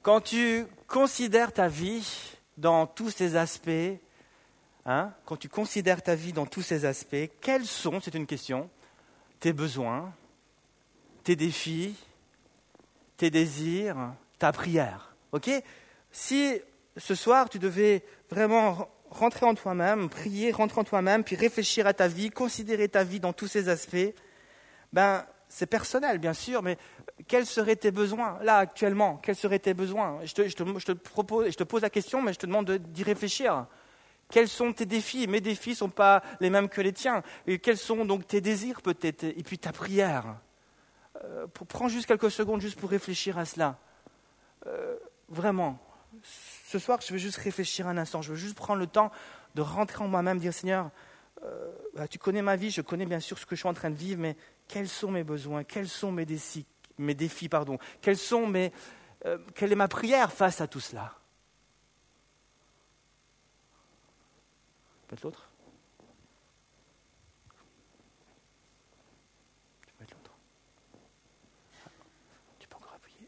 Quand tu considères ta vie dans tous ses aspects, quand tu considères ta vie dans tous ses aspects, quels sont, c'est une question, tes besoins, tes défis, tes désirs, ta prière. Ok ? Si ce soir tu devais vraiment rentrer en toi-même, prier, rentrer en toi-même, puis réfléchir à ta vie, considérer ta vie dans tous ses aspects, c'est personnel bien sûr, mais quels seraient tes besoins là actuellement ? Quels seraient tes besoins ? Je te pose la question, mais je te demande d'y réfléchir. Quels sont tes défis ? Mes défis ne sont pas les mêmes que les tiens. Et quels sont donc tes désirs peut-être ? Et puis ta prière. Prends juste quelques secondes juste pour réfléchir à cela. Vraiment, ce soir, je veux juste réfléchir un instant. Je veux juste prendre le temps de rentrer en moi-même, dire Seigneur, tu connais ma vie, je connais bien sûr ce que je suis en train de vivre, mais quels sont mes besoins ? Quels sont mes défis ? Quelle est ma prière face à tout cela ? Peut-être l'autre ? Tu peux être l'autre. Tu peux encore appuyer.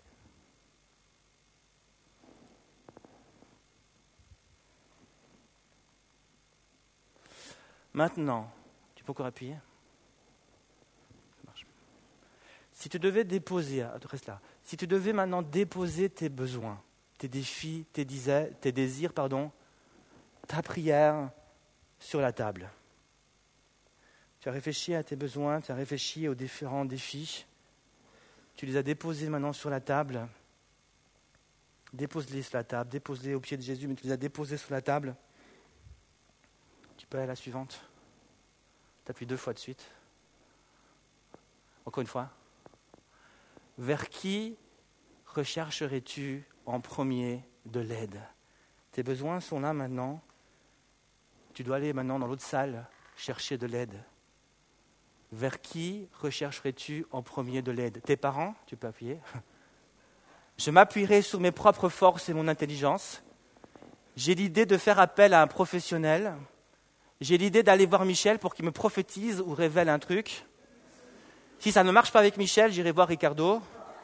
Maintenant, tu peux encore appuyer. Ça marche. Si tu devais déposer, reste là. Si tu devais maintenant déposer tes besoins, tes défis, tes désirs, ta prière sur la table. Tu as réfléchi à tes besoins, tu as réfléchi aux différents défis. Tu les as déposés maintenant sur la table. Dépose-les sur la table, dépose-les au pied de Jésus, mais tu les as déposés sur la table. Tu peux aller à la suivante. Tu appuies 2 fois de suite. Encore une fois. Vers qui rechercherais-tu en premier de l'aide ? Tes besoins sont là maintenant. Tu dois aller maintenant dans l'autre salle chercher de l'aide. Vers qui rechercherais-tu en premier de l'aide ? Tes parents ? Tu peux appuyer. Je m'appuierai sur mes propres forces et mon intelligence. J'ai l'idée de faire appel à un professionnel. J'ai l'idée d'aller voir Michel pour qu'il me prophétise ou révèle un truc. Si ça ne marche pas avec Michel, j'irai voir Ricardo.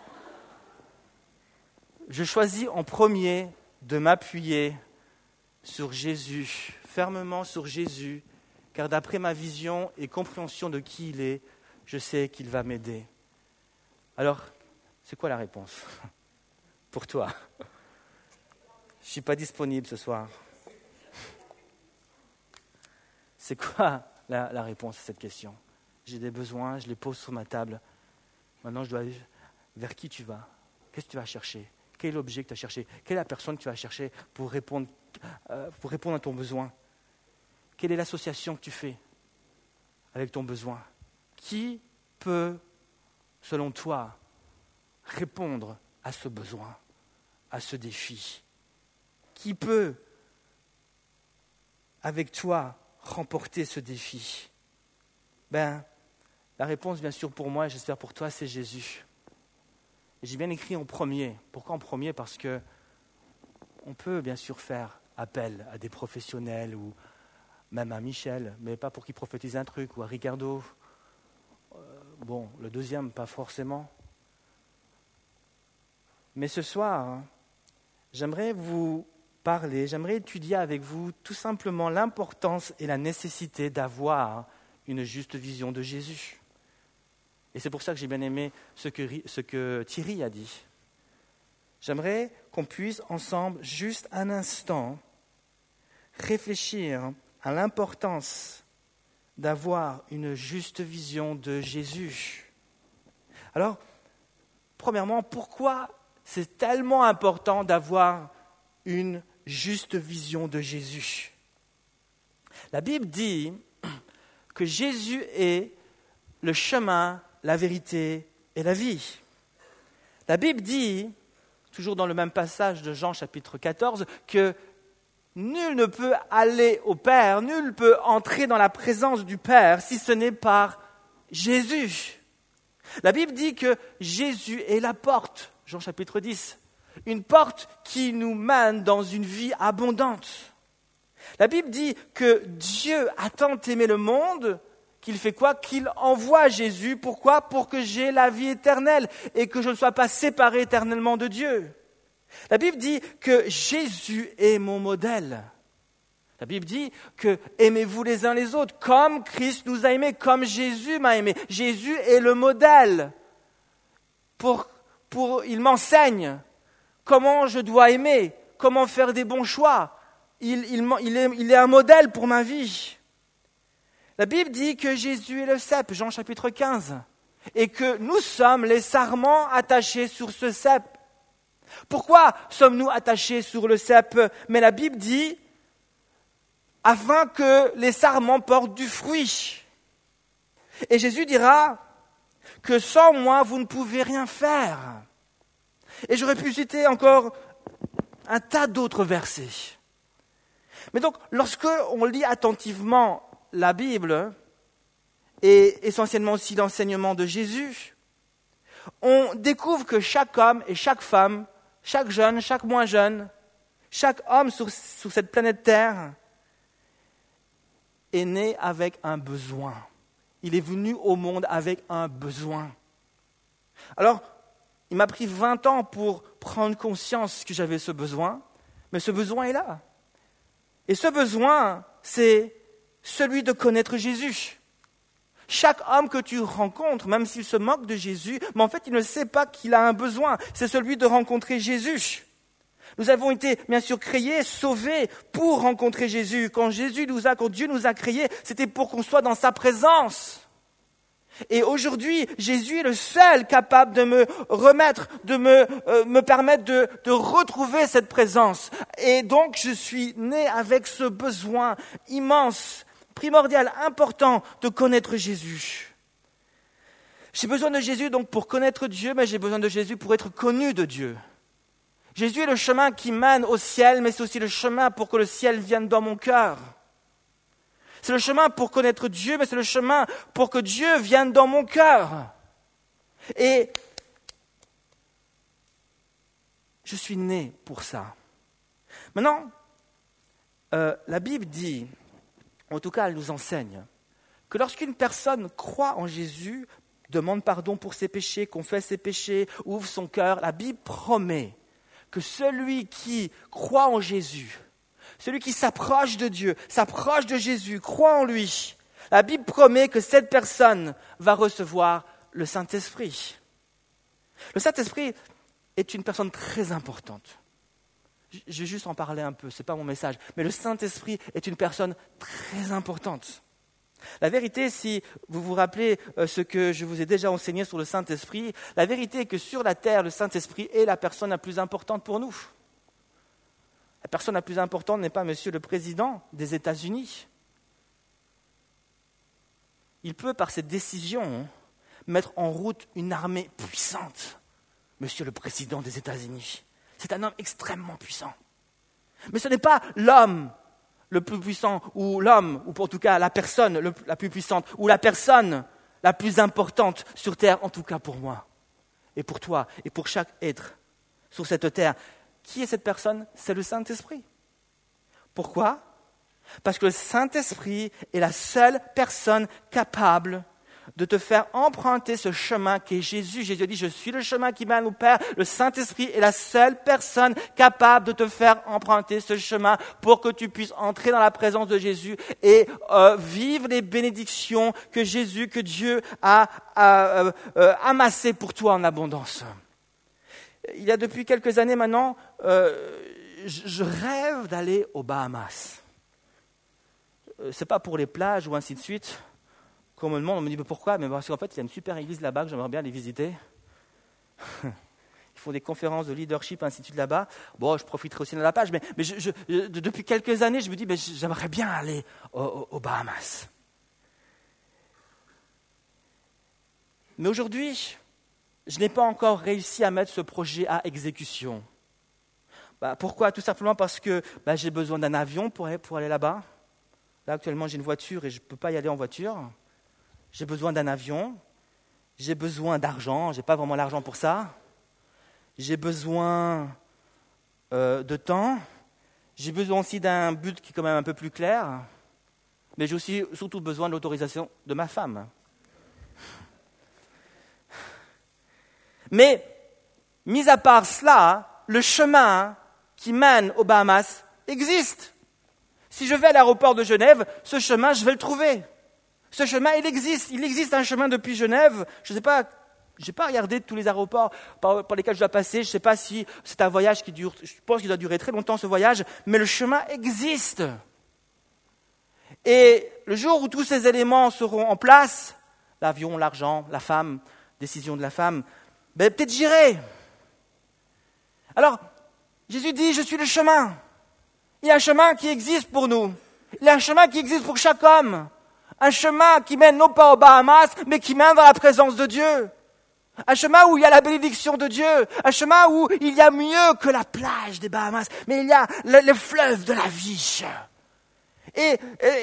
Je choisis en premier de m'appuyer sur Jésus, fermement sur Jésus, car d'après ma vision et compréhension de qui il est, je sais qu'il va m'aider. Alors, c'est quoi la réponse pour toi ? Je ne suis pas disponible ce soir. C'est quoi la réponse à cette question ? J'ai des besoins, je les pose sur ma table. Maintenant, je dois aller vers qui tu vas ? Qu'est-ce que tu vas chercher ? Quel est l'objet que tu as cherché ? Quelle est la personne que tu vas chercher pour répondre à ton besoin ? Quelle est l'association que tu fais avec ton besoin ? Qui peut, selon toi, répondre à ce besoin, à ce défi ? Qui peut, avec toi, remporter ce défi ? La réponse, bien sûr, pour moi, et j'espère pour toi, c'est Jésus. Et j'ai bien écrit en premier. Pourquoi en premier ? Parce que on peut, bien sûr, faire appel à des professionnels ou même à Michel, mais pas pour qu'il prophétise un truc, ou à Ricardo. Le deuxième, pas forcément. Mais ce soir, j'aimerais vous parler, j'aimerais étudier avec vous tout simplement l'importance et la nécessité d'avoir une juste vision de Jésus. Et c'est pour ça que j'ai bien aimé ce que Thierry a dit. J'aimerais qu'on puisse ensemble, juste un instant, réfléchir à l'importance d'avoir une juste vision de Jésus. Alors, premièrement, pourquoi c'est tellement important d'avoir une juste vision de Jésus ? La Bible dit que Jésus est le chemin, la vérité et la vie. La Bible dit, toujours dans le même passage de Jean chapitre 14, que nul ne peut aller au Père, nul ne peut entrer dans la présence du Père si ce n'est par Jésus. La Bible dit que Jésus est la porte, Jean chapitre 10, une porte qui nous mène dans une vie abondante. La Bible dit que Dieu a tant aimé le monde qu'il fait quoi ? Qu'il envoie Jésus. Pourquoi ? Pour que j'ai la vie éternelle et que je ne sois pas séparé éternellement de Dieu. La Bible dit que Jésus est mon modèle. La Bible dit que aimez-vous les uns les autres, comme Christ nous a aimés, comme Jésus m'a aimé. Jésus est le modèle. Il m'enseigne comment je dois aimer, comment faire des bons choix. Il est un modèle pour ma vie. La Bible dit que Jésus est le cep, Jean chapitre 15, et que nous sommes les sarments attachés sur ce cep. Pourquoi sommes-nous attachés sur le cep? Mais la Bible dit afin que les sarments portent du fruit. Et Jésus dira que sans moi, vous ne pouvez rien faire. Et j'aurais pu citer encore un tas d'autres versets. Mais donc, lorsque on lit attentivement la Bible, et essentiellement aussi l'enseignement de Jésus, on découvre que chaque homme et chaque femme, chaque jeune, chaque moins jeune, chaque homme sur cette planète Terre est né avec un besoin. Il est venu au monde avec un besoin. Alors, il m'a pris 20 ans pour prendre conscience que j'avais ce besoin, mais ce besoin est là. Et ce besoin, c'est celui de connaître Jésus. Chaque homme que tu rencontres, même s'il se moque de Jésus, mais en fait, il ne sait pas qu'il a un besoin. C'est celui de rencontrer Jésus. Nous avons été, bien sûr, créés, sauvés pour rencontrer Jésus. Quand Dieu nous a créés, c'était pour qu'on soit dans sa présence. Et aujourd'hui, Jésus est le seul capable de me remettre, de me permettre de retrouver cette présence. Et donc, je suis né avec ce besoin immense, primordial, important de connaître Jésus. J'ai besoin de Jésus donc pour connaître Dieu, mais j'ai besoin de Jésus pour être connu de Dieu. Jésus est le chemin qui mène au ciel, mais c'est aussi le chemin pour que le ciel vienne dans mon cœur. C'est le chemin pour connaître Dieu, mais c'est le chemin pour que Dieu vienne dans mon cœur. Et je suis né pour ça. Maintenant, la Bible dit, en tout cas elle nous enseigne, que lorsqu'une personne croit en Jésus, demande pardon pour ses péchés, confesse ses péchés, ouvre son cœur, la Bible promet que celui qui croit en Jésus, celui qui s'approche de Dieu, s'approche de Jésus, croit en lui, la Bible promet que cette personne va recevoir le Saint-Esprit. Le Saint-Esprit est une personne très importante. Je vais juste en parler un peu, ce n'est pas mon message, mais le Saint-Esprit est une personne très importante. La vérité, si vous vous rappelez ce que je vous ai déjà enseigné sur le Saint-Esprit, la vérité est que sur la terre, le Saint-Esprit est la personne la plus importante pour nous. La personne la plus importante n'est pas Monsieur le Président des États-Unis. Il peut, par ses décisions, mettre en route une armée puissante. Monsieur le Président des États-Unis. C'est un homme extrêmement puissant. Mais ce n'est pas l'homme le plus puissant, ou l'homme, ou en tout cas la personne la plus puissante, ou la personne la plus importante sur terre, en tout cas pour moi, et pour toi, et pour chaque être sur cette terre. Qui est cette personne? C'est le Saint-Esprit. Pourquoi? Parce que le Saint-Esprit est la seule personne capable de te faire emprunter ce chemin qu'est Jésus. Jésus a dit, je suis le chemin qui mène au Père. Le Saint-Esprit est la seule personne capable de te faire emprunter ce chemin pour que tu puisses entrer dans la présence de Jésus et vivre les bénédictions que Dieu a amassées pour toi en abondance. Il y a depuis quelques années maintenant, je rêve d'aller aux Bahamas. C'est pas pour les plages ou ainsi de suite. Quand on me demande, on me dit pourquoi? Mais parce qu'en fait, il y a une super église là-bas que j'aimerais bien aller visiter. Ils font des conférences de leadership, ainsi de suite là-bas. Bon, je profiterai aussi de la page, mais depuis quelques années, je me dis, j'aimerais bien aller aux Bahamas. Mais aujourd'hui, je n'ai pas encore réussi à mettre ce projet à exécution. Pourquoi? Tout simplement parce que j'ai besoin d'un avion pour aller là-bas. Là, actuellement, j'ai une voiture et je ne peux pas y aller en voiture. J'ai besoin d'un avion, j'ai besoin d'argent, je n'ai pas vraiment l'argent pour ça. J'ai besoin de temps, j'ai besoin aussi d'un but qui est quand même un peu plus clair, mais j'ai aussi surtout besoin de l'autorisation de ma femme. Mais, mis à part cela, le chemin qui mène aux Bahamas existe. Si je vais à l'aéroport de Genève, ce chemin, je vais le trouver. Ce chemin, il existe. Il existe un chemin depuis Genève. Je ne sais pas, je n'ai pas regardé tous les aéroports par lesquels je dois passer. Je ne sais pas si c'est un voyage qui dure, je pense qu'il doit durer très longtemps ce voyage, mais le chemin existe. Et le jour où tous ces éléments seront en place, l'avion, l'argent, la femme, décision de la femme, peut-être j'irai. Alors, Jésus dit, je suis le chemin. Il y a un chemin qui existe pour nous. Il y a un chemin qui existe pour chaque homme. Un chemin qui mène non pas aux Bahamas, mais qui mène dans la présence de Dieu. Un chemin où il y a la bénédiction de Dieu. Un chemin où il y a mieux que la plage des Bahamas, mais il y a le fleuve de la vie. Et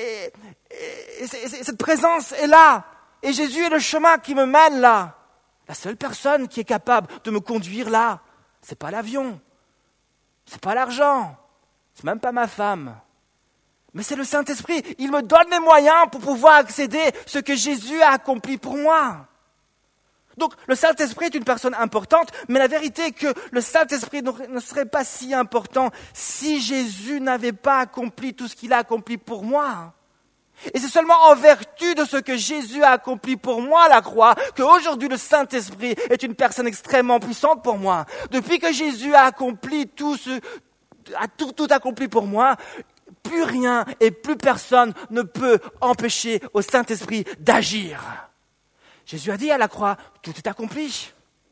cette présence est là. Et Jésus est le chemin qui me mène là. La seule personne qui est capable de me conduire là, c'est pas l'avion, c'est pas l'argent, c'est même pas ma femme. Mais c'est le Saint-Esprit. Il me donne les moyens pour pouvoir accéder à ce que Jésus a accompli pour moi. Donc, le Saint-Esprit est une personne importante, mais la vérité est que le Saint-Esprit ne serait pas si important si Jésus n'avait pas accompli tout ce qu'il a accompli pour moi. Et c'est seulement en vertu de ce que Jésus a accompli pour moi à la croix qu'aujourd'hui le Saint-Esprit est une personne extrêmement puissante pour moi. Depuis que Jésus a accompli tout accompli pour moi, plus rien et plus personne ne peut empêcher au Saint-Esprit d'agir. Jésus a dit à la croix, tout est accompli.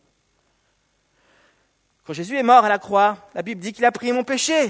Quand Jésus est mort à la croix, la Bible dit qu'il a pris mon péché.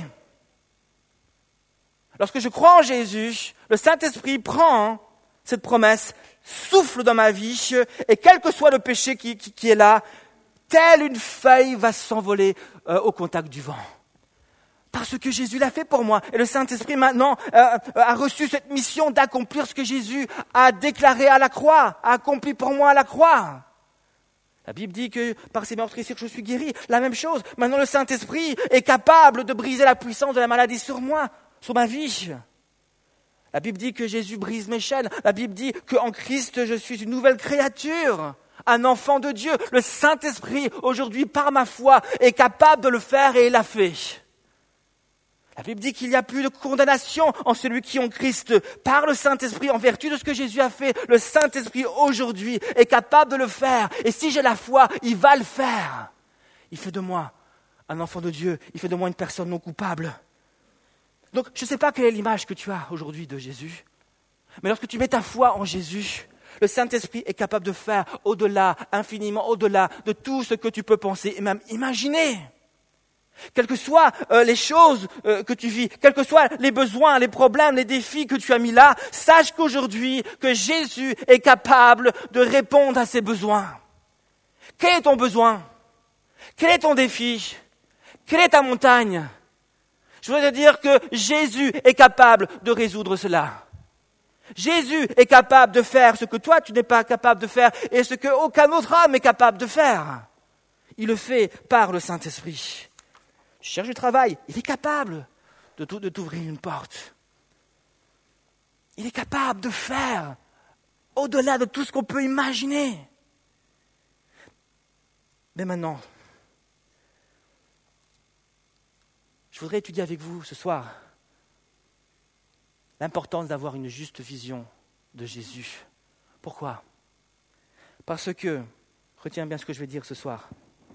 Lorsque je crois en Jésus, le Saint-Esprit prend cette promesse, souffle dans ma vie, et quel que soit le péché qui est là, telle une feuille va s'envoler au contact du vent. Parce que Jésus l'a fait pour moi. Et le Saint-Esprit maintenant a reçu cette mission d'accomplir ce que Jésus a déclaré à la croix, a accompli pour moi à la croix. La Bible dit que par ses meurtrissures je suis guéri. La même chose. Maintenant le Saint-Esprit est capable de briser la puissance de la maladie sur moi, sur ma vie. La Bible dit que Jésus brise mes chaînes. La Bible dit qu'en Christ je suis une nouvelle créature. Un enfant de Dieu. Le Saint-Esprit aujourd'hui par ma foi est capable de le faire et il l'a fait. La Bible dit qu'il n'y a plus de condamnation en celui qui est en Christ. Par le Saint-Esprit, en vertu de ce que Jésus a fait, le Saint-Esprit aujourd'hui est capable de le faire. Et si j'ai la foi, il va le faire. Il fait de moi un enfant de Dieu. Il fait de moi une personne non coupable. Donc, je ne sais pas quelle est l'image que tu as aujourd'hui de Jésus. Mais lorsque tu mets ta foi en Jésus, le Saint-Esprit est capable de faire au-delà, infiniment au-delà de tout ce que tu peux penser et même imaginer. Quelles que soient les choses que tu vis, quels que soient les besoins, les problèmes, les défis que tu as mis là, sache qu'aujourd'hui, que Jésus est capable de répondre à ces besoins. Quel est ton besoin? Quel est ton défi? Quelle est ta montagne? Je voudrais te dire que Jésus est capable de résoudre cela. Jésus est capable de faire ce que toi tu n'es pas capable de faire et ce qu'aucun autre homme est capable de faire. Il le fait par le Saint-Esprit. Tu cherches du travail, il est capable de t'ouvrir une porte. Il est capable de faire au-delà de tout ce qu'on peut imaginer. Mais maintenant, je voudrais étudier avec vous ce soir l'importance d'avoir une juste vision de Jésus. Pourquoi? Parce que, retiens bien ce que je vais dire ce soir,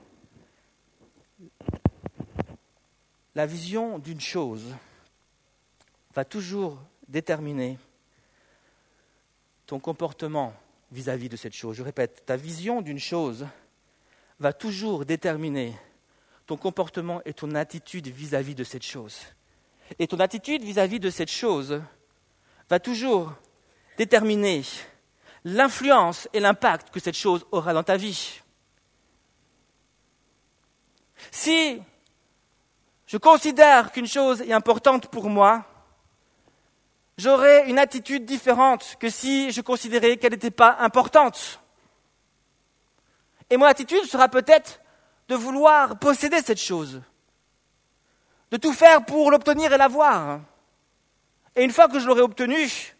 la vision d'une chose va toujours déterminer ton comportement vis-à-vis de cette chose. Je répète, ta vision d'une chose va toujours déterminer ton comportement et ton attitude vis-à-vis de cette chose. Et ton attitude vis-à-vis de cette chose va toujours déterminer l'influence et l'impact que cette chose aura dans ta vie. Si je considère qu'une chose est importante pour moi, j'aurai une attitude différente que si je considérais qu'elle n'était pas importante. Et mon attitude sera peut-être de vouloir posséder cette chose, de tout faire pour l'obtenir et l'avoir. Et une fois que je l'aurai obtenue,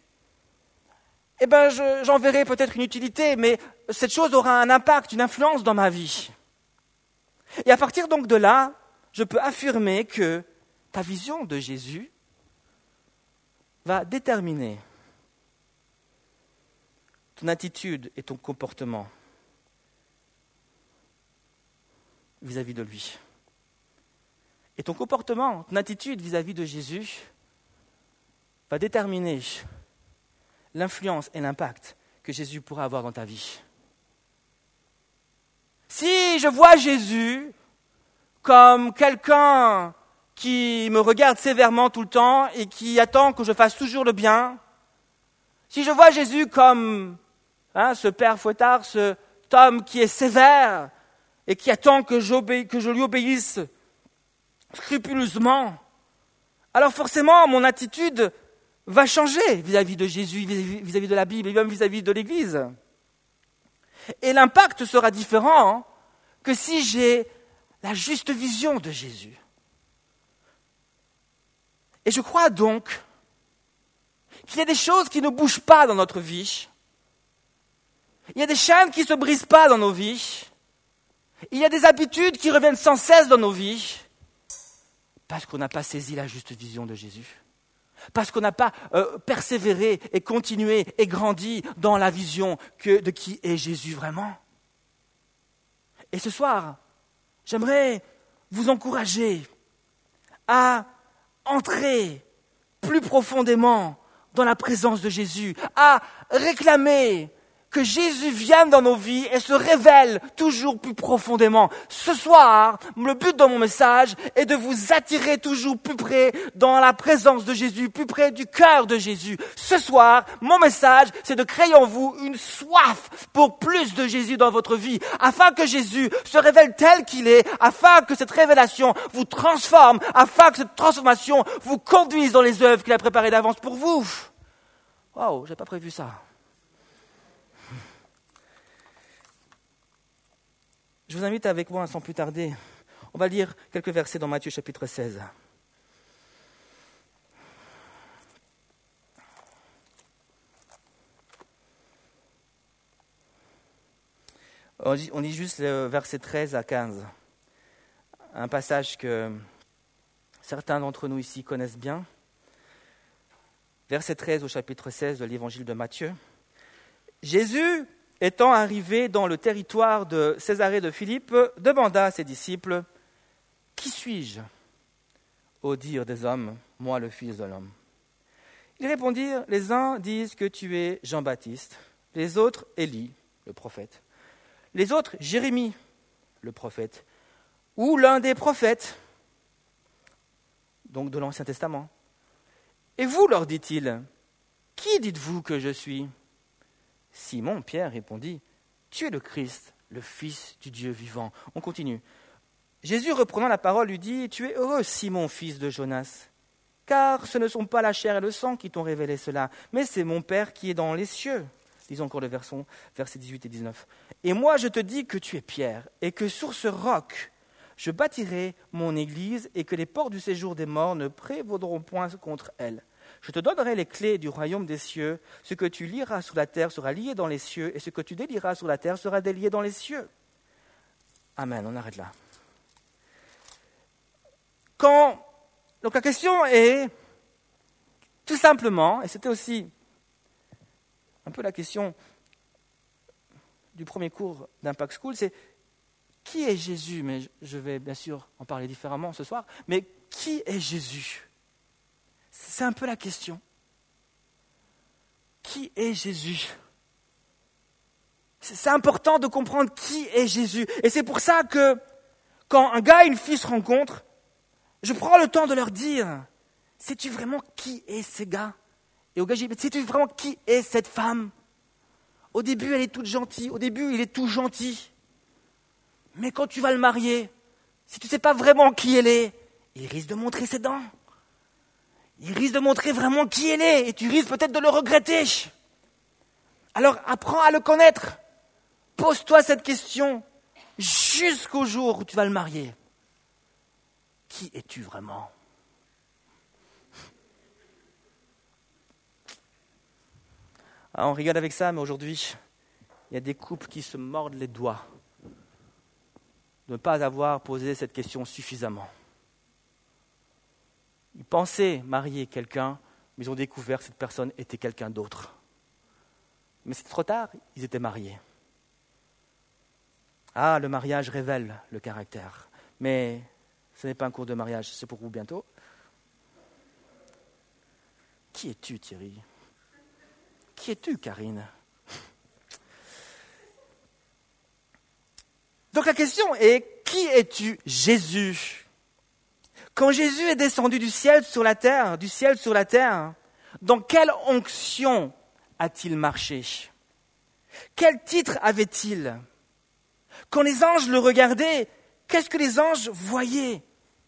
j'en verrai peut-être une utilité, mais cette chose aura un impact, une influence dans ma vie. Et à partir donc de là, je peux affirmer que ta vision de Jésus va déterminer ton attitude et ton comportement vis-à-vis de lui. Et ton comportement, ton attitude vis-à-vis de Jésus va déterminer l'influence et l'impact que Jésus pourra avoir dans ta vie. Si je vois Jésus comme quelqu'un qui me regarde sévèrement tout le temps et qui attend que je fasse toujours le bien, si je vois Jésus comme ce père fouettard, cet homme qui est sévère et qui attend que je lui obéisse scrupuleusement, alors forcément mon attitude va changer vis-à-vis de Jésus, vis-à-vis de la Bible et même vis-à-vis de l'Église. Et l'impact sera différent que si j'ai la juste vision de Jésus. Et je crois donc qu'il y a des choses qui ne bougent pas dans notre vie. Il y a des chaînes qui ne se brisent pas dans nos vies. Il y a des habitudes qui reviennent sans cesse dans nos vies parce qu'on n'a pas saisi la juste vision de Jésus. Parce qu'on n'a pas persévéré et continué et grandi dans la vision de qui est Jésus vraiment. Et ce soir, j'aimerais vous encourager à entrer plus profondément dans la présence de Jésus, à réclamer que Jésus vienne dans nos vies et se révèle toujours plus profondément. Ce soir, le but de mon message est de vous attirer toujours plus près dans la présence de Jésus, plus près du cœur de Jésus. Ce soir, mon message, c'est de créer en vous une soif pour plus de Jésus dans votre vie, afin que Jésus se révèle tel qu'il est, afin que cette révélation vous transforme, afin que cette transformation vous conduise dans les œuvres qu'il a préparées d'avance pour vous. Wow, j'ai pas prévu ça. Je vous invite avec moi, sans plus tarder, on va lire quelques versets dans Matthieu chapitre 16. On lit juste les versets 13 à 15. Un passage que certains d'entre nous ici connaissent bien. Verset 13 au chapitre 16 de l'évangile de Matthieu. Jésus, étant arrivé dans le territoire de Césarée de Philippe, demanda à ses disciples, « Qui suis-je, au dire des hommes, moi le Fils de l'homme ?» Ils répondirent, « Les uns disent que tu es Jean-Baptiste, les autres Élie, le prophète, les autres Jérémie, le prophète, ou l'un des prophètes, donc de l'Ancien Testament. Et vous, leur dit-il, qui dites-vous que je suis ?» Simon, Pierre, répondit, « Tu es le Christ, le Fils du Dieu vivant. » On continue. Jésus, reprenant la parole, lui dit, « Tu es heureux, Simon, fils de Jonas, car ce ne sont pas la chair et le sang qui t'ont révélé cela, mais c'est mon Père qui est dans les cieux. » Lisons encore le versets 18 et 19. « Et moi, je te dis que tu es Pierre, et que sur ce roc, je bâtirai mon église, et que les portes du séjour des morts ne prévaudront point contre elle. Je te donnerai les clés du royaume des cieux. Ce que tu lieras sur la terre sera lié dans les cieux, et ce que tu délieras sur la terre sera délié dans les cieux. » Amen, on arrête là. Donc la question est, tout simplement, et c'était aussi un peu la question du premier cours d'Impact School, c'est qui est Jésus ? Mais je vais bien sûr en parler différemment ce soir, mais qui est Jésus ? C'est un peu la question. Qui est Jésus ? C'est important de comprendre qui est Jésus. Et c'est pour ça que quand un gars et une fille se rencontrent, je prends le temps de leur dire, sais-tu vraiment qui est ce gars ? Et au gars, je dis, sais-tu vraiment qui est cette femme ? Au début, elle est toute gentille. Au début, il est tout gentil. Mais quand tu vas le marier, si tu ne sais pas vraiment qui elle est, il risque de montrer ses dents. Il risque de montrer vraiment qui elle est et tu risques peut-être de le regretter. Alors apprends à le connaître. Pose-toi cette question jusqu'au jour où tu vas le marier. Qui es-tu vraiment ? Ah, on rigole avec ça, mais aujourd'hui, il y a des couples qui se mordent les doigts de ne pas avoir posé cette question suffisamment. Ils pensaient marier quelqu'un, mais ils ont découvert que cette personne était quelqu'un d'autre. Mais c'est trop tard, ils étaient mariés. Ah, le mariage révèle le caractère. Mais ce n'est pas un cours de mariage, c'est pour vous bientôt. Qui es-tu, Thierry? Qui es-tu, Karine? Donc la question est, qui es-tu, Jésus? Quand Jésus est descendu du ciel sur la terre, dans quelle onction a-t-il marché? Quel titre avait-il? Quand les anges le regardaient, qu'est-ce que les anges voyaient?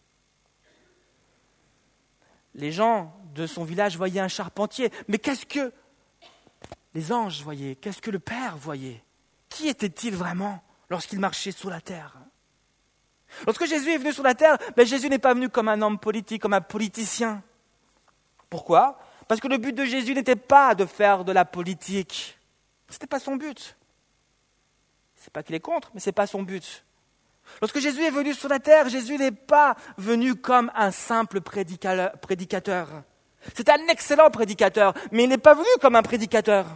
Les gens de son village voyaient un charpentier, mais qu'est-ce que les anges voyaient? Qu'est-ce que le Père voyait? Qui était-il vraiment lorsqu'il marchait sur la terre? Lorsque Jésus est venu sur la terre, Jésus n'est pas venu comme un homme politique, comme un politicien. Pourquoi? Parce que le but de Jésus n'était pas de faire de la politique. Ce n'était pas son but. C'est pas qu'il est contre, mais ce n'est pas son but. Lorsque Jésus est venu sur la terre, Jésus n'est pas venu comme un simple prédicateur. C'est un excellent prédicateur, mais il n'est pas venu comme un prédicateur.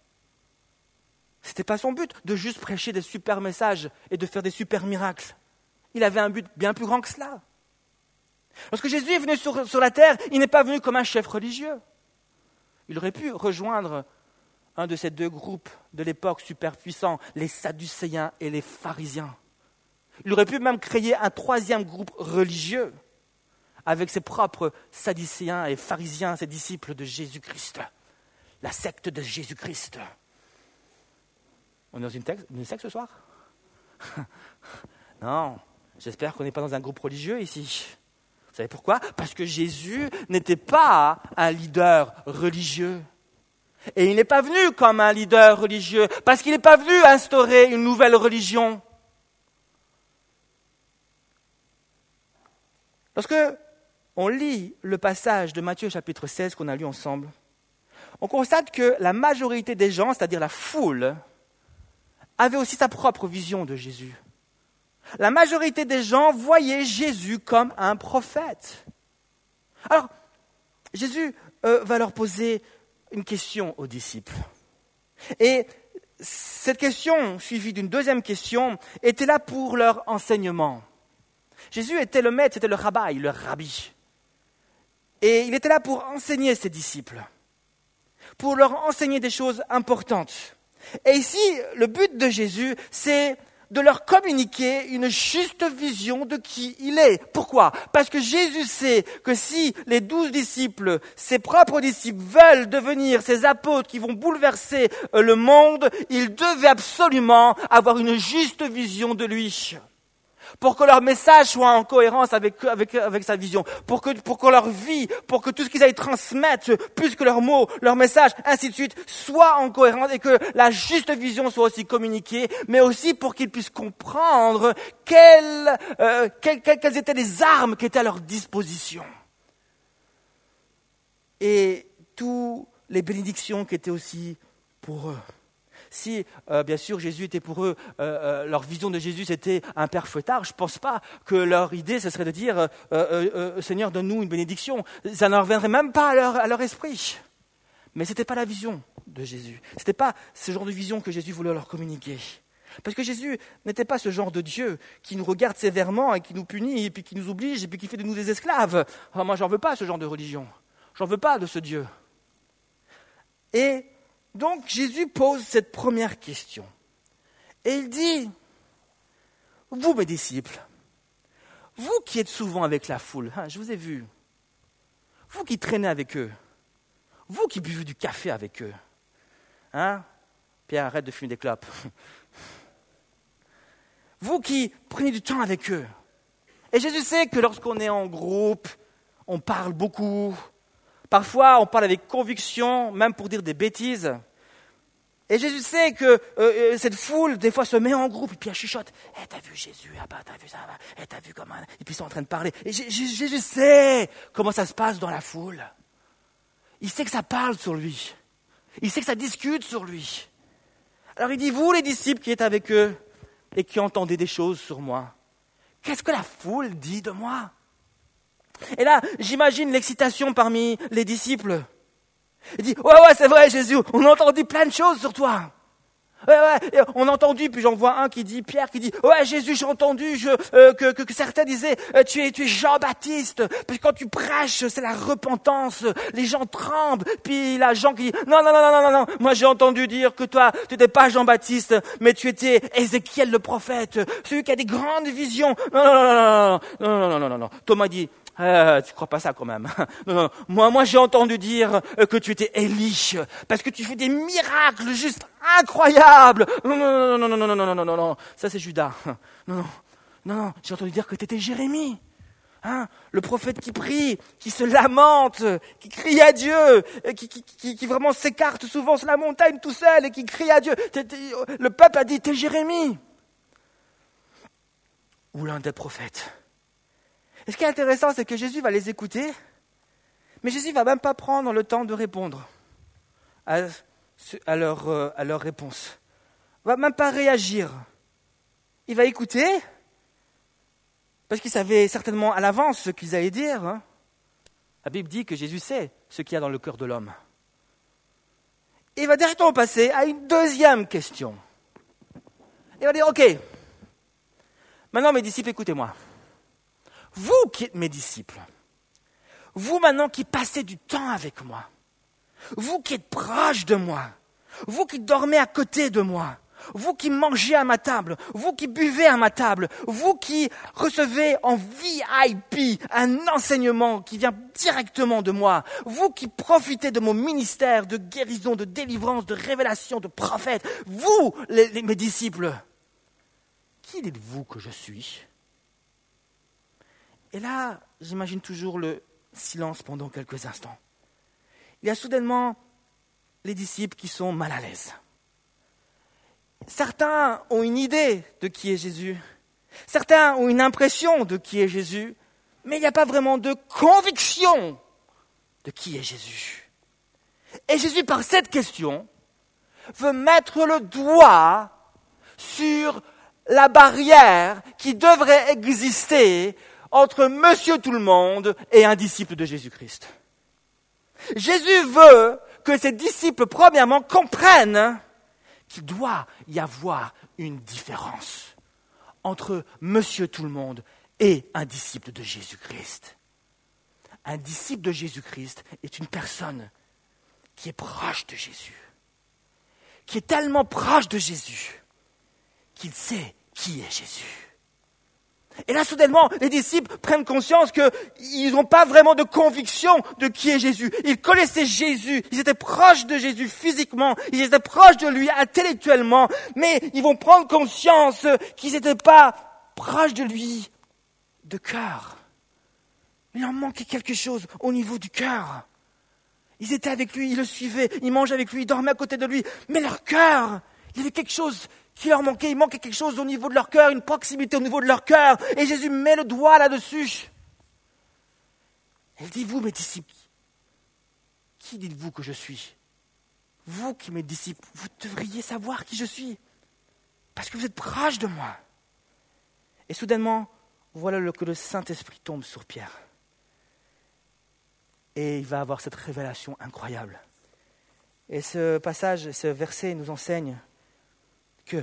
Ce n'était pas son but de juste prêcher des super messages et de faire des super miracles. Il avait un but bien plus grand que cela. Lorsque Jésus est venu sur la terre, il n'est pas venu comme un chef religieux. Il aurait pu rejoindre un de ces deux groupes de l'époque super puissants, les Sadducéens et les pharisiens. Il aurait pu même créer un troisième groupe religieux avec ses propres Sadducéens et pharisiens, ses disciples de Jésus-Christ, la secte de Jésus-Christ. On est dans une secte ce soir? Non, j'espère qu'on n'est pas dans un groupe religieux ici. Vous savez pourquoi? Parce que Jésus n'était pas un leader religieux. Et il n'est pas venu comme un leader religieux, parce qu'il n'est pas venu instaurer une nouvelle religion. Lorsque on lit le passage de Matthieu chapitre 16 qu'on a lu ensemble, on constate que la majorité des gens, c'est-à-dire la foule, avait aussi sa propre vision de Jésus. La majorité des gens voyaient Jésus comme un prophète. Alors, Jésus va leur poser une question aux disciples. Et cette question, suivie d'une deuxième question, était là pour leur enseignement. Jésus était le maître, c'était le rabbi. Et il était là pour enseigner ses disciples, pour leur enseigner des choses importantes. Et ici, le but de Jésus, c'est de leur communiquer une juste vision de qui il est. Pourquoi? Parce que Jésus sait que si les 12 disciples, ses propres disciples, veulent devenir ces apôtres qui vont bouleverser le monde, ils devaient absolument avoir une juste vision de lui. Pour que leur message soit en cohérence avec sa vision, pour que leur vie, pour que tout ce qu'ils aillent transmettre, plus que leurs mots, leurs messages, ainsi de suite, soit en cohérence et que la juste vision soit aussi communiquée, mais aussi pour qu'ils puissent comprendre quelles étaient les armes qui étaient à leur disposition. Et toutes les bénédictions qui étaient aussi pour eux. Si, bien sûr, Jésus était pour eux, leur vision de Jésus, c'était un père fouettard, je ne pense pas que leur idée, ce serait de dire Seigneur, donne-nous une bénédiction. Ça ne reviendrait même pas à leur esprit. Mais ce n'était pas la vision de Jésus. Ce n'était pas ce genre de vision que Jésus voulait leur communiquer. Parce que Jésus n'était pas ce genre de Dieu qui nous regarde sévèrement et qui nous punit, et puis qui nous oblige, et puis qui fait de nous des esclaves. Ah, moi, j'en veux pas ce genre de religion. J'en veux pas de ce Dieu. Et donc, Jésus pose cette première question. Et il dit, vous mes disciples, vous qui êtes souvent avec la foule, je vous ai vu, vous qui traînez avec eux, vous qui buvez du café avec eux, Pierre, arrête de fumer des clopes. Vous qui prenez du temps avec eux. Et Jésus sait que lorsqu'on est en groupe, on parle beaucoup. Parfois, on parle avec conviction, même pour dire des bêtises. Et Jésus sait que cette foule, des fois, se met en groupe, et puis elle chuchote. « T'as vu Jésus, t'as vu ça, t'as vu comment... » Et puis ils sont en train de parler. Et Jésus sait comment ça se passe dans la foule. Il sait que ça parle sur lui. Il sait que ça discute sur lui. Alors il dit, vous les disciples qui êtes avec eux, et qui entendez des choses sur moi, qu'est-ce que la foule dit de moi? Et là, j'imagine l'excitation parmi les disciples. Il dit, ouais, c'est vrai Jésus, on a entendu plein de choses sur toi. Ouais, on a entendu, puis j'en vois un qui dit, Pierre qui dit, ouais Jésus, j'ai entendu que certains disaient, tu es Jean-Baptiste, parce que quand tu prêches, c'est la repentance, les gens tremblent, puis il y a Jean qui dit, non, moi j'ai entendu dire que toi, tu n'étais pas Jean-Baptiste, mais tu étais Ézéchiel le prophète, celui qui a des grandes visions. Non. Thomas dit, tu crois pas ça quand même. Non. Moi j'ai entendu dire que tu étais Élie, parce que tu fais des miracles juste incroyables. Non. Ça c'est Judas. Non. J'ai entendu dire que tu étais Jérémie. Le prophète qui prie, qui se lamente, qui crie à Dieu, qui vraiment s'écarte souvent sur la montagne tout seul et qui crie à Dieu. Le peuple a dit, t'es Jérémie. Ou l'un des prophètes. Et ce qui est intéressant, c'est que Jésus va les écouter, mais Jésus ne va même pas prendre le temps de répondre à leur réponse. Il ne va même pas réagir. Il va écouter, parce qu'il savait certainement à l'avance ce qu'ils allaient dire. La Bible dit que Jésus sait ce qu'il y a dans le cœur de l'homme. Et il va directement passer à une deuxième question. Il va dire, ok, maintenant mes disciples, écoutez-moi. Vous qui êtes mes disciples, vous maintenant qui passez du temps avec moi, vous qui êtes proches de moi, vous qui dormez à côté de moi, vous qui mangez à ma table, vous qui buvez à ma table, vous qui recevez en VIP un enseignement qui vient directement de moi, vous qui profitez de mon ministère de guérison, de délivrance, de révélation, de prophète, vous, mes disciples, qui dites-vous que je suis ? Et là, j'imagine toujours le silence pendant quelques instants. Il y a soudainement les disciples qui sont mal à l'aise. Certains ont une idée de qui est Jésus. Certains ont une impression de qui est Jésus. Mais il n'y a pas vraiment de conviction de qui est Jésus. Et Jésus, par cette question, veut mettre le doigt sur la barrière qui devrait exister entre Monsieur Tout-le-Monde et un disciple de Jésus-Christ. Jésus veut que ses disciples, premièrement, comprennent qu'il doit y avoir une différence entre Monsieur Tout-le-Monde et un disciple de Jésus-Christ. Un disciple de Jésus-Christ est une personne qui est proche de Jésus, qui est tellement proche de Jésus qu'il sait qui est Jésus. Et là, soudainement, les disciples prennent conscience qu'ils n'ont pas vraiment de conviction de qui est Jésus. Ils connaissaient Jésus, ils étaient proches de Jésus physiquement, ils étaient proches de lui intellectuellement, mais ils vont prendre conscience qu'ils n'étaient pas proches de lui de cœur. Il en manquait quelque chose au niveau du cœur. Ils étaient avec lui, ils le suivaient, ils mangeaient avec lui, ils dormaient à côté de lui, mais leur cœur, il y avait quelque chose qui leur manquait, il manquait quelque chose au niveau de leur cœur, une proximité au niveau de leur cœur. Et Jésus met le doigt là-dessus. Il dit, vous mes disciples, qui dites-vous que je suis ? Vous qui mes disciples, vous devriez savoir qui je suis, parce que vous êtes proches de moi. Et soudainement, voilà que le Saint-Esprit tombe sur Pierre. Et il va avoir cette révélation incroyable. Et ce passage, ce verset nous enseigne que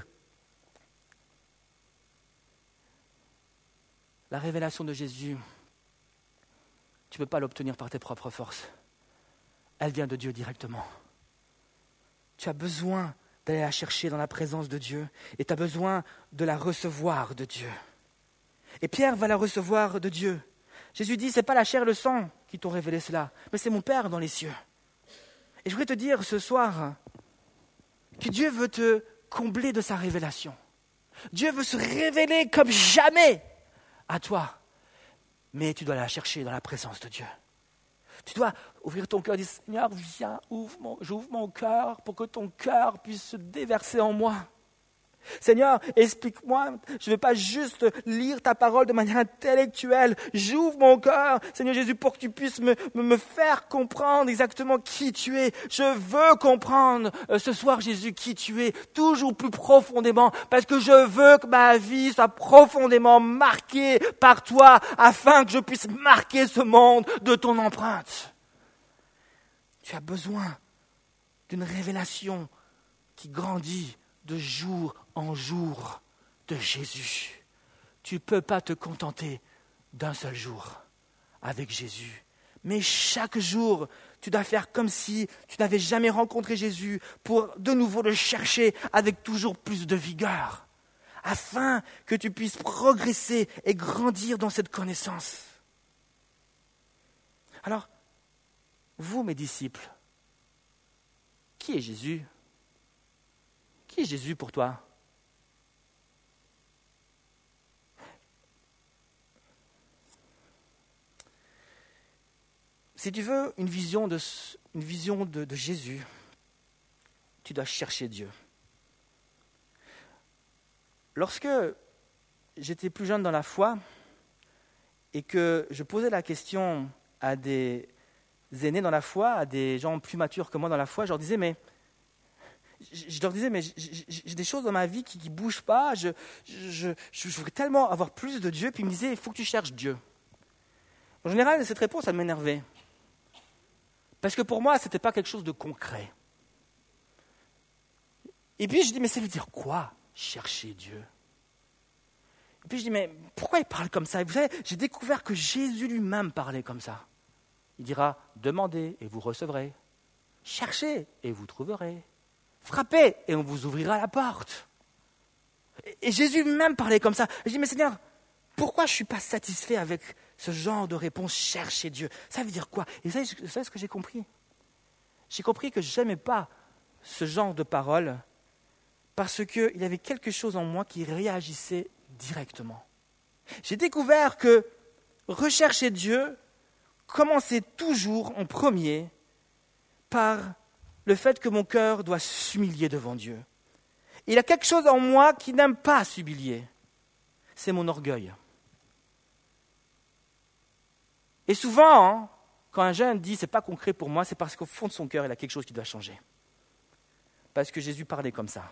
la révélation de Jésus, tu ne peux pas l'obtenir par tes propres forces. Elle vient de Dieu directement. Tu as besoin d'aller la chercher dans la présence de Dieu et tu as besoin de la recevoir de Dieu. Et Pierre va la recevoir de Dieu. Jésus dit, ce n'est pas la chair et le sang qui t'ont révélé cela, mais c'est mon Père dans les cieux. Et je voudrais te dire ce soir que Dieu veut te combler de sa révélation. Dieu veut se révéler comme jamais à toi. Mais tu dois la chercher dans la présence de Dieu. Tu dois ouvrir ton cœur et dire, Seigneur, viens, j'ouvre mon cœur pour que ton cœur puisse se déverser en moi. Seigneur, explique-moi, je ne vais pas juste lire ta parole de manière intellectuelle. J'ouvre mon cœur, Seigneur Jésus, pour que tu puisses me faire comprendre exactement qui tu es. Je veux comprendre ce soir, Jésus, qui tu es, toujours plus profondément, parce que je veux que ma vie soit profondément marquée par toi, afin que je puisse marquer ce monde de ton empreinte. Tu as besoin d'une révélation qui grandit de jour en jour de Jésus. Tu ne peux pas te contenter d'un seul jour avec Jésus. Mais chaque jour, tu dois faire comme si tu n'avais jamais rencontré Jésus pour de nouveau le chercher avec toujours plus de vigueur, afin que tu puisses progresser et grandir dans cette connaissance. Alors, vous, mes disciples, qui est Jésus ? Qui est Jésus pour toi ? Si tu veux une vision de Jésus, tu dois chercher Dieu. Lorsque j'étais plus jeune dans la foi et que je posais la question à des aînés dans la foi, à des gens plus matures que moi dans la foi, je leur disais, mais j'ai des choses dans ma vie qui ne bougent pas, je voudrais tellement avoir plus de Dieu, puis ils me disaient, il faut que tu cherches Dieu. En général, cette réponse, elle m'énervait. Parce que pour moi, ce n'était pas quelque chose de concret. Et puis je dis, mais ça veut dire quoi, chercher Dieu ? Et puis je dis, mais pourquoi il parle comme ça ? Et vous savez, j'ai découvert que Jésus lui-même parlait comme ça. Il dira, demandez et vous recevrez. Cherchez et vous trouverez. Frappez et on vous ouvrira la porte. Et Jésus lui-même parlait comme ça. Et je dis, mais Seigneur, pourquoi je ne suis pas satisfait avec ce genre de réponse, chercher Dieu ? Ça veut dire quoi ? Et vous savez ce que j'ai compris ? J'ai compris que je n'aimais pas ce genre de paroles parce qu'il y avait quelque chose en moi qui réagissait directement. J'ai découvert que rechercher Dieu commençait toujours en premier par le fait que mon cœur doit s'humilier devant Dieu. Il y a quelque chose en moi qui n'aime pas s'humilier. C'est mon orgueil. Et souvent, quand un jeune dit « c'est pas concret pour moi », c'est parce qu'au fond de son cœur, il a quelque chose qui doit changer. Parce que Jésus parlait comme ça.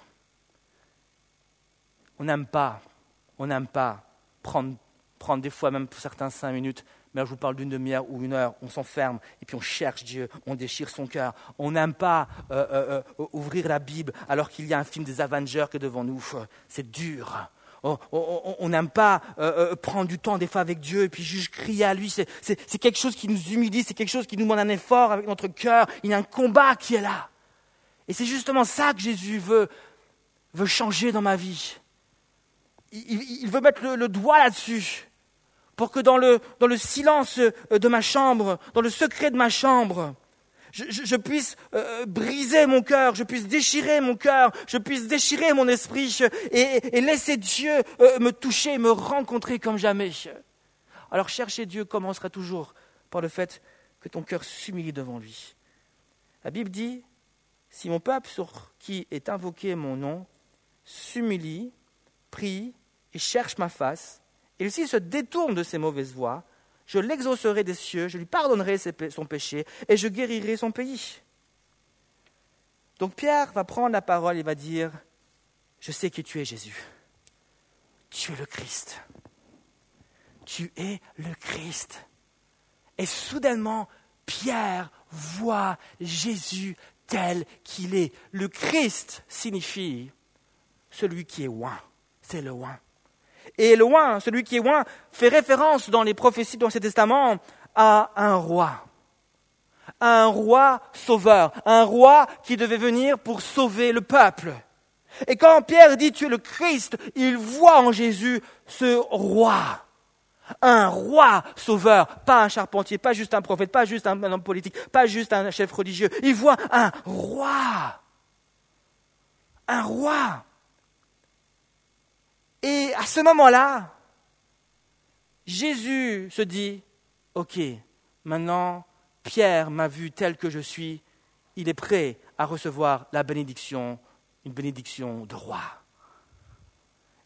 On n'aime pas prendre des fois, même pour certains 5 minutes, mais là je vous parle d'une demi-heure ou 1 heure, on s'enferme et puis on cherche Dieu, on déchire son cœur. On n'aime pas ouvrir la Bible alors qu'il y a un film des Avengers que devant nous. C'est dur. On n'aime pas prendre du temps des fois avec Dieu et puis juste crier à lui. C'est quelque chose qui nous humilie, c'est quelque chose qui nous demande un effort avec notre cœur. Il y a un combat qui est là. Et c'est justement ça que Jésus veut changer dans ma vie. Il veut mettre le doigt là-dessus pour que dans le silence de ma chambre, dans le secret de ma chambre, je puisse briser mon cœur, je puisse déchirer mon cœur, je puisse déchirer mon esprit et laisser Dieu me toucher, me rencontrer comme jamais. Alors chercher Dieu commencera toujours par le fait que ton cœur s'humilie devant lui. La Bible dit, si mon peuple sur qui est invoqué mon nom s'humilie, prie et cherche ma face, et s'il se détourne de ses mauvaises voies, je l'exaucerai des cieux, je lui pardonnerai son péché et je guérirai son pays. Donc Pierre va prendre la parole et va dire, je sais qui tu es Jésus. Tu es le Christ. Tu es le Christ. Et soudainement, Pierre voit Jésus tel qu'il est. Le Christ signifie celui qui est oint. C'est le oint. Et le oint, celui qui est oint, fait référence dans les prophéties de l'Ancien Testament à un roi sauveur, un roi qui devait venir pour sauver le peuple. Et quand Pierre dit « tu es le Christ », il voit en Jésus ce roi. Un roi sauveur, pas un charpentier, pas juste un prophète, pas juste un homme politique, pas juste un chef religieux. Il voit un roi. Un roi. Et à ce moment-là, Jésus se dit, ok, maintenant, Pierre m'a vu tel que je suis, il est prêt à recevoir la bénédiction, une bénédiction de roi.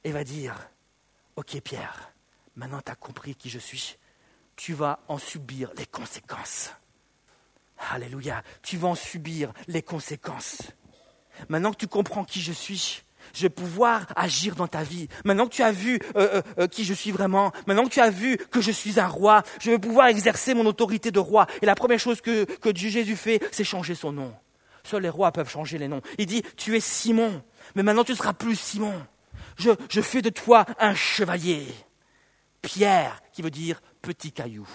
et va dire, ok Pierre, maintenant tu as compris qui je suis, tu vas en subir les conséquences. Alléluia, tu vas en subir les conséquences. Maintenant que tu comprends qui je suis, je vais pouvoir agir dans ta vie. Maintenant que tu as vu qui je suis vraiment, maintenant que tu as vu que je suis un roi, je vais pouvoir exercer mon autorité de roi. Et la première chose que Jésus fait, c'est changer son nom. Seuls les rois peuvent changer les noms. Il dit, tu es Simon, mais maintenant tu ne seras plus Simon. Je fais de toi un chevalier. Pierre, qui veut dire petit caillou.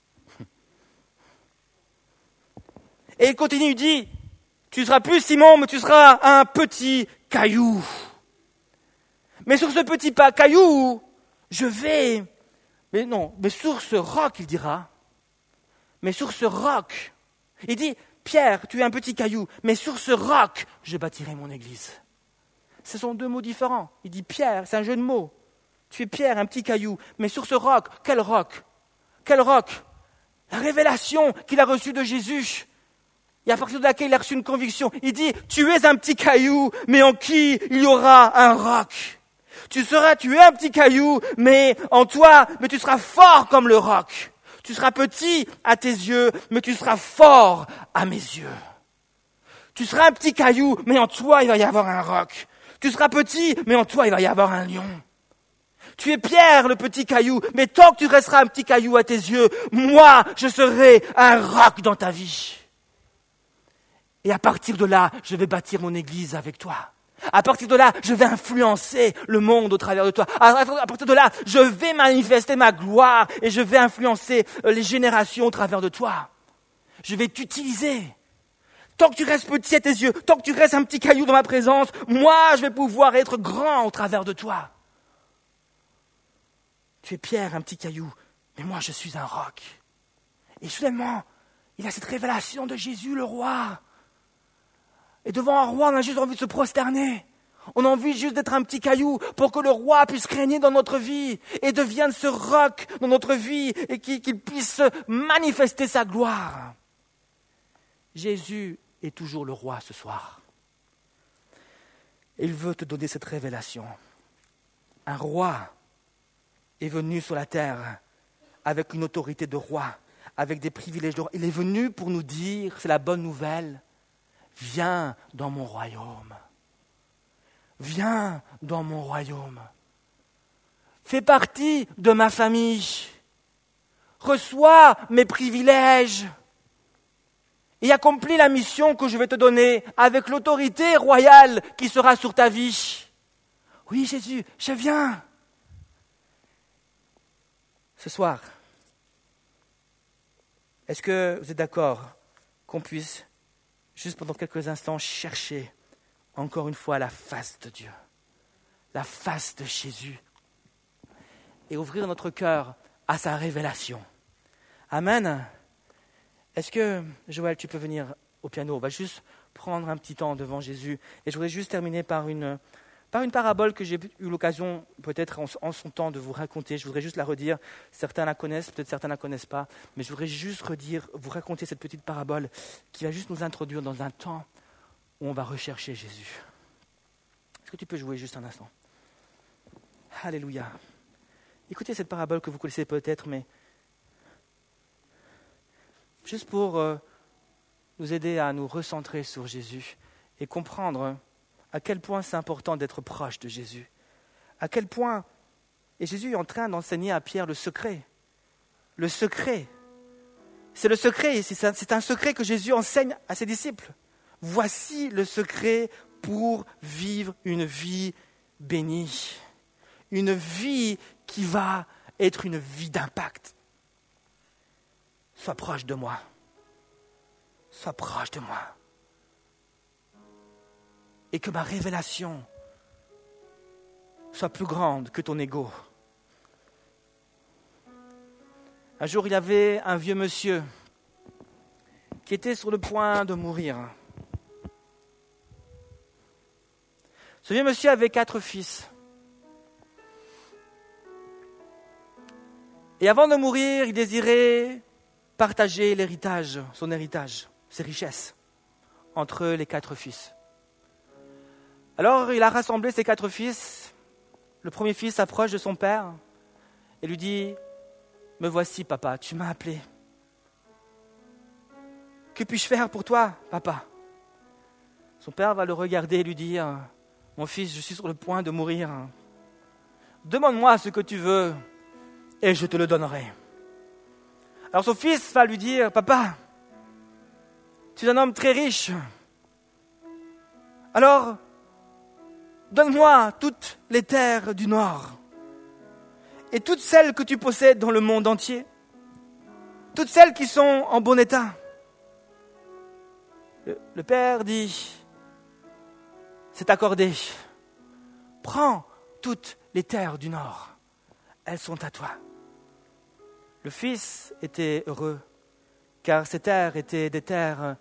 Et il continue, il dit, tu ne seras plus Simon, mais tu seras un petit caillou. Mais sur ce petit caillou, je vais... Mais sur ce roc, il dira. Mais sur ce roc, il dit, Pierre, tu es un petit caillou, mais sur ce roc, je bâtirai mon église. Ce sont deux mots différents. Il dit Pierre, c'est un jeu de mots. Tu es Pierre, un petit caillou, mais sur ce roc, quel roc? Quel roc? La révélation qu'il a reçue de Jésus. Et à partir de laquelle il a reçu une conviction. Il dit, tu es un petit caillou, mais en qui il y aura un roc. Tu es un petit caillou, mais en toi, mais tu seras fort comme le roc. Tu seras petit à tes yeux, mais tu seras fort à mes yeux. Tu seras un petit caillou, mais en toi, il va y avoir un roc. Tu seras petit, mais en toi, il va y avoir un lion. Tu es Pierre, le petit caillou, mais tant que tu resteras un petit caillou à tes yeux, moi, je serai un roc dans ta vie. Et à partir de là, je vais bâtir mon église avec toi. À partir de là, je vais influencer le monde au travers de toi. À partir de là, je vais manifester ma gloire et je vais influencer les générations au travers de toi. Je vais t'utiliser. Tant que tu restes petit à tes yeux, tant que tu restes un petit caillou dans ma présence, moi, je vais pouvoir être grand au travers de toi. Tu es Pierre, un petit caillou, mais moi, je suis un roc. Et soudainement, il a cette révélation de Jésus, le roi. Et devant un roi, on a juste envie de se prosterner. On a envie juste d'être un petit caillou pour que le roi puisse régner dans notre vie et devienne ce roc dans notre vie et qu'il puisse manifester sa gloire. Jésus est toujours le roi ce soir. Il veut te donner cette révélation. Un roi est venu sur la terre avec une autorité de roi, avec des privilèges de roi. Il est venu pour nous dire, c'est la bonne nouvelle, viens dans mon royaume. Viens dans mon royaume. Fais partie de ma famille. Reçois mes privilèges. Et accomplis la mission que je vais te donner avec l'autorité royale qui sera sur ta vie. Oui, Jésus, je viens. Ce soir, est-ce que vous êtes d'accord qu'on puisse, juste pendant quelques instants, chercher encore une fois la face de Dieu, la face de Jésus, et ouvrir notre cœur à sa révélation. Amen. Est-ce que, Joël, tu peux venir au piano? On va juste prendre un petit temps devant Jésus. Et je voudrais juste terminer par une parabole que j'ai eu l'occasion, peut-être en son temps, de vous raconter. Je voudrais juste la redire. Certains la connaissent, peut-être certains ne la connaissent pas. Mais je voudrais juste vous raconter cette petite parabole qui va juste nous introduire dans un temps où on va rechercher Jésus. Est-ce que tu peux jouer juste un instant? Alléluia. Écoutez cette parabole que vous connaissez peut-être, mais juste pour nous aider à nous recentrer sur Jésus et comprendre à quel point c'est important d'être proche de Jésus. À quel point, et Jésus est en train d'enseigner à Pierre le secret. Le secret. C'est le secret, c'est un secret que Jésus enseigne à ses disciples. Voici le secret pour vivre une vie bénie. Une vie qui va être une vie d'impact. Sois proche de moi. Sois proche de moi. Et que ma révélation soit plus grande que ton ego. Un jour, il y avait un vieux monsieur qui était sur le point de mourir. Ce vieux monsieur avait 4 fils. Et avant de mourir, il désirait partager l'héritage, son héritage, ses richesses, entre les 4 fils. Alors, il a rassemblé ses 4 fils le premier fils s'approche de son père et lui dit « Me voici, papa, tu m'as appelé. Que puis-je faire pour toi, papa ?» Son père va le regarder et lui dire « Mon fils, je suis sur le point de mourir. Demande-moi ce que tu veux et je te le donnerai. » Alors son fils va lui dire « Papa, tu es un homme très riche. Alors, donne-moi toutes les terres du Nord et toutes celles que tu possèdes dans le monde entier, toutes celles qui sont en bon état. » Le père dit « C'est accordé. Prends toutes les terres du Nord. Elles sont à toi. » Le fils était heureux, car ces terres étaient des terres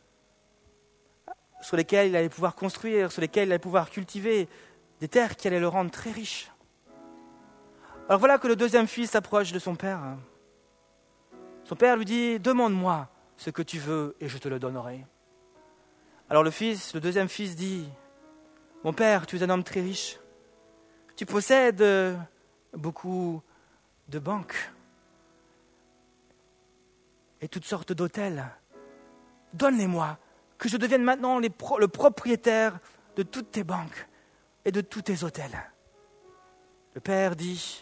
sur lesquelles il allait pouvoir construire, sur lesquelles il allait pouvoir cultiver, des terres qui allaient le rendre très riche. Alors voilà que le deuxième fils s'approche de son père. Son père lui dit « Demande-moi ce que tu veux et je te le donnerai. » Alors le deuxième fils dit « Mon père, tu es un homme très riche. Tu possèdes beaucoup de banques et toutes sortes d'hôtels. Donne-les-moi, que je devienne maintenant le propriétaire de toutes tes banques et de tous tes hôtels. » Le père dit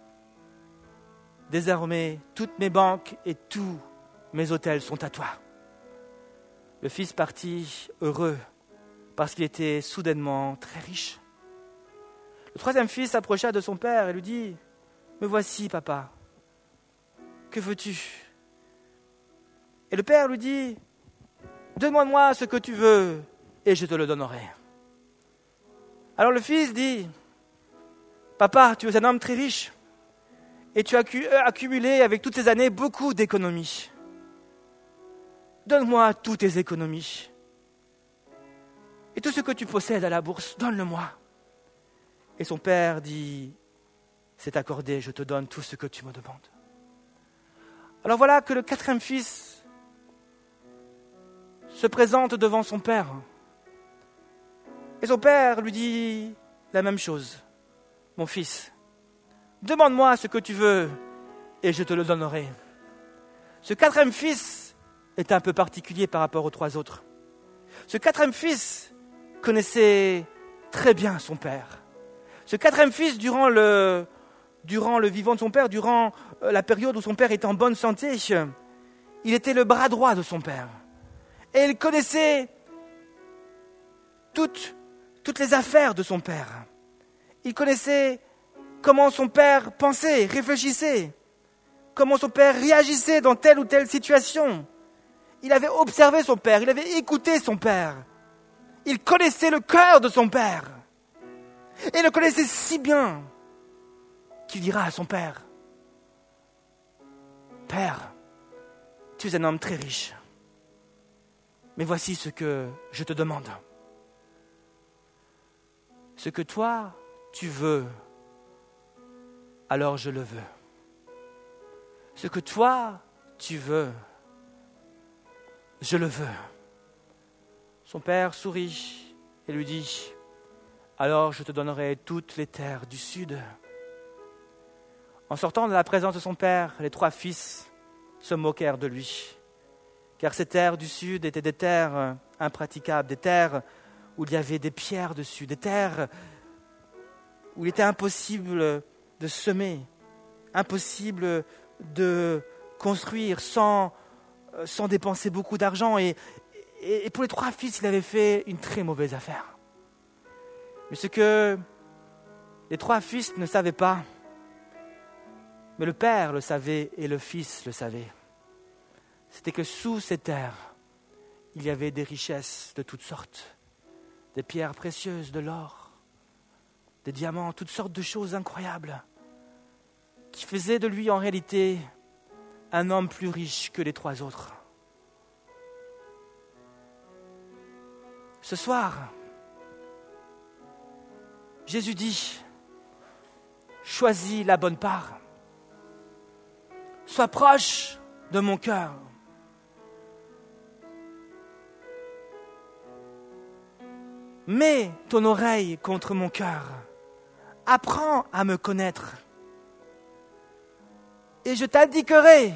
« Désormais, toutes mes banques et tous mes hôtels sont à toi. » Le fils partit heureux parce qu'il était soudainement très riche. Le troisième fils s'approcha de son père et lui dit « Me voici, papa. Que veux-tu » Et le père lui dit « Demande-moi ce que tu veux et je te le donnerai. » Alors le fils dit « Papa, tu es un homme très riche et tu as accumulé avec toutes ces années beaucoup d'économies. Donne-moi toutes tes économies. Et tout ce que tu possèdes à la bourse, donne-le-moi. » Et son père dit « C'est accordé, je te donne tout ce que tu me demandes. » Alors voilà que le quatrième fils se présente devant son père. Et son père lui dit la même chose. « Mon fils, demande-moi ce que tu veux et je te le donnerai. » Ce quatrième fils est un peu particulier par rapport aux trois autres. Ce quatrième fils connaissait très bien son père. Ce quatrième fils, durant le vivant de son père, durant la période où son père était en bonne santé, il était le bras droit de son père. Et il connaissait toutes les affaires de son père. Il connaissait comment son père pensait, réfléchissait, comment son père réagissait dans telle ou telle situation. Il avait observé son père, il avait écouté son père. Il connaissait le cœur de son père. Et il le connaissait si bien qu'il dira à son père, « Père, tu es un homme très riche. Mais voici ce que je te demande. Ce que toi, tu veux, alors je le veux. Ce que toi, tu veux, je le veux. » Son père sourit et lui dit, « Alors je te donnerai toutes les terres du sud. » En sortant de la présence de son père, les trois fils se moquèrent de lui. Car ces terres du sud étaient des terres impraticables, des terres où il y avait des pierres dessus, des terres où il était impossible de semer, impossible de construire sans dépenser beaucoup d'argent. Et pour les trois fils, il avait fait une très mauvaise affaire. Mais ce que les trois fils ne savaient pas, mais le père le savait et le fils le savait, c'était que sous ces terres, il y avait des richesses de toutes sortes, des pierres précieuses, de l'or, des diamants, toutes sortes de choses incroyables, qui faisaient de lui en réalité un homme plus riche que les trois autres. Ce soir, Jésus dit, choisis la bonne part, sois proche de mon cœur. Mets ton oreille contre mon cœur, apprends à me connaître. Et je t'indiquerai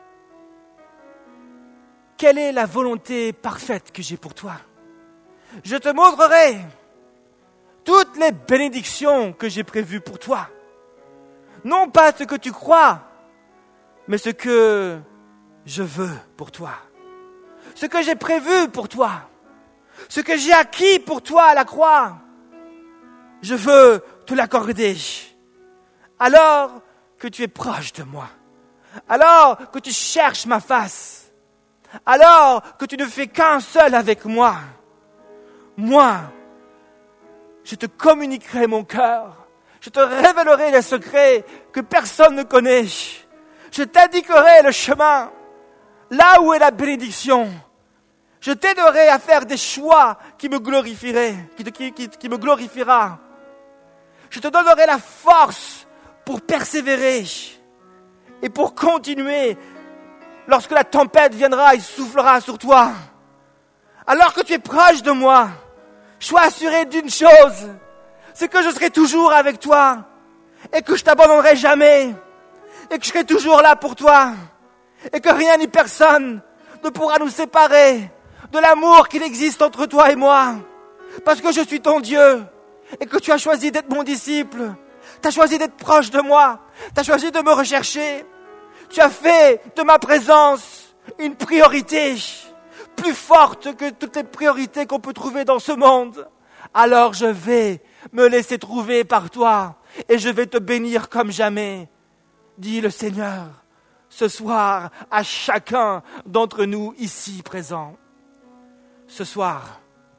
quelle est la volonté parfaite que j'ai pour toi. Je te montrerai toutes les bénédictions que j'ai prévues pour toi. Non pas ce que tu crois, mais ce que je veux pour toi. Ce que j'ai prévu pour toi. Ce que j'ai acquis pour toi à la croix. Je veux te l'accorder. Alors que tu es proche de moi. Alors que tu cherches ma face. Alors que tu ne fais qu'un seul avec moi. Moi, je te communiquerai mon cœur. Je te révélerai les secrets que personne ne connaît. Je t'indiquerai le chemin, là où est la bénédiction. Je t'aiderai à faire des choix qui me glorifieraient, qui me glorifiera. Je te donnerai la force pour persévérer et pour continuer lorsque la tempête viendra et soufflera sur toi. Alors que tu es proche de moi, sois assuré d'une chose, c'est que je serai toujours avec toi et que je t'abandonnerai jamais et que je serai toujours là pour toi et que rien ni personne ne pourra nous séparer de l'amour qu'il existe entre toi et moi, parce que je suis ton Dieu et que tu as choisi d'être mon disciple. Tu as choisi d'être proche de moi, tu as choisi de me rechercher. Tu as fait de ma présence une priorité plus forte que toutes les priorités qu'on peut trouver dans ce monde. Alors je vais me laisser trouver par toi et je vais te bénir comme jamais, dit le Seigneur ce soir à chacun d'entre nous ici présents. Ce soir,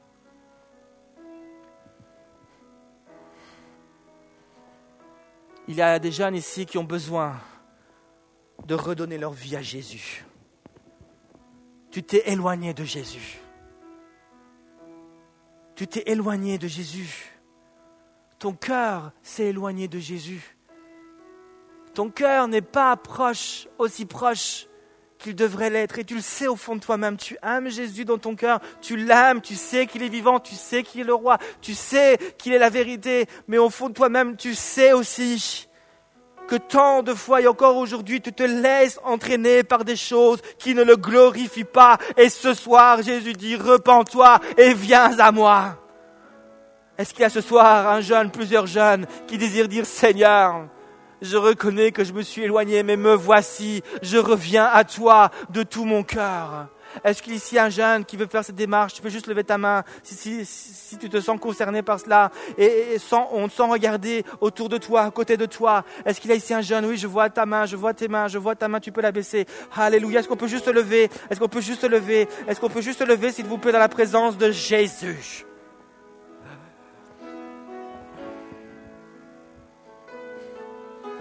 il y a des jeunes ici qui ont besoin de redonner leur vie à Jésus. Tu t'es éloigné de Jésus. Tu t'es éloigné de Jésus. Ton cœur s'est éloigné de Jésus. Ton cœur n'est pas proche, aussi proche qu'il devrait l'être. Et tu le sais au fond de toi-même. Tu aimes Jésus dans ton cœur. Tu l'aimes. Tu sais qu'il est vivant. Tu sais qu'il est le roi. Tu sais qu'il est la vérité. Mais au fond de toi-même, tu sais aussi que tant de fois et encore aujourd'hui, tu te laisses entraîner par des choses qui ne le glorifient pas. Et ce soir, Jésus dit, repens-toi et viens à moi. Est-ce qu'il y a ce soir un jeune, plusieurs jeunes qui désirent dire, Seigneur, je reconnais que je me suis éloigné, mais me voici, je reviens à toi de tout mon cœur. Est-ce qu'il y a ici un jeune qui veut faire cette démarche? Tu peux juste lever ta main si tu te sens concerné par cela et sans honte, sans regarder autour de toi, à côté de toi. Est-ce qu'il y a ici un jeune? Oui, je vois ta main, je vois tes mains, je vois ta main, tu peux la baisser. Alléluia. Est-ce qu'on peut juste se lever? Est-ce qu'on peut juste se lever? Est-ce qu'on peut juste se lever, s'il vous plaît, dans la présence de Jésus?